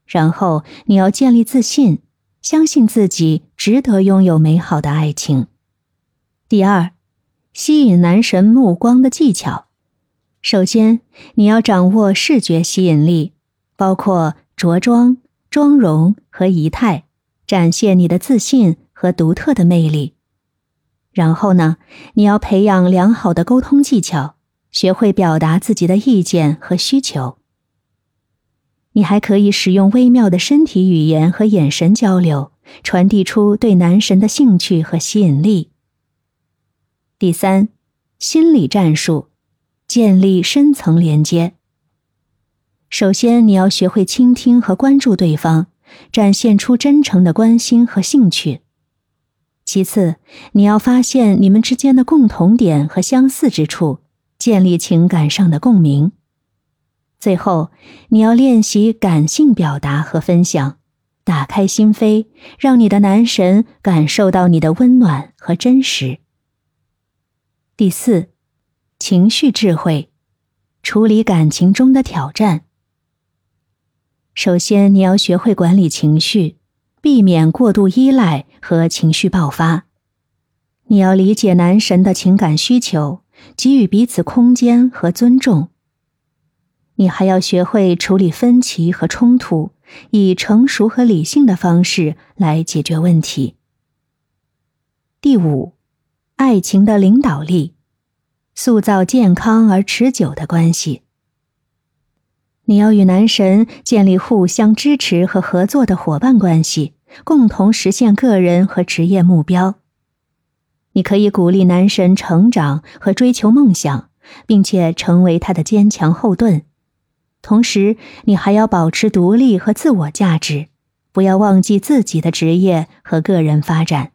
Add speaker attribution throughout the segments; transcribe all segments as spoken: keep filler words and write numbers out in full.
Speaker 1: 然后你要建立自信，相信自己值得拥有美好的爱情。第二，吸引男神目光的技巧。首先，你要掌握视觉吸引力，包括着装、妆容和仪态，展现你的自信和独特的魅力。然后呢，你要培养良好的沟通技巧，学会表达自己的意见和需求。你还可以使用微妙的身体语言和眼神交流，传递出对男神的兴趣和吸引力。第三，心理战术，建立深层连接。首先，你要学会倾听和关注对方，展现出真诚的关心和兴趣。其次，你要发现你们之间的共同点和相似之处，建立情感上的共鸣。最后，你要练习感性表达和分享，打开心扉，让你的男神感受到你的温暖和真实。第四，情绪智慧，处理感情中的挑战。首先，你要学会管理情绪，避免过度依赖和情绪爆发。你要理解男神的情感需求，给予彼此空间和尊重。你还要学会处理分歧和冲突，以成熟和理性的方式来解决问题。第五，爱情的领导力，塑造健康而持久的关系。你要与男神建立互相支持和合作的伙伴关系，共同实现个人和职业目标。你可以鼓励男神成长和追求梦想，并且成为他的坚强后盾。同时，你还要保持独立和自我价值，不要忘记自己的职业和个人发展。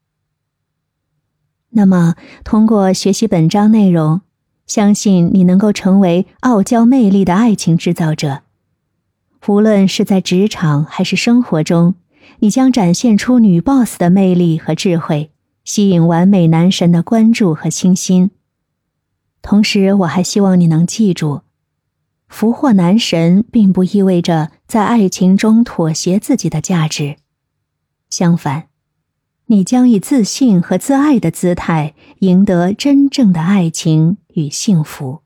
Speaker 1: 那么，通过学习本章内容，相信你能够成为傲娇魅力的爱情制造者。无论是在职场还是生活中，你将展现出女 boss 的魅力和智慧，吸引完美男神的关注和倾心。同时，我还希望你能记住，俘获男神并不意味着在爱情中妥协自己的价值。相反，你将以自信和自爱的姿态赢得真正的爱情与幸福。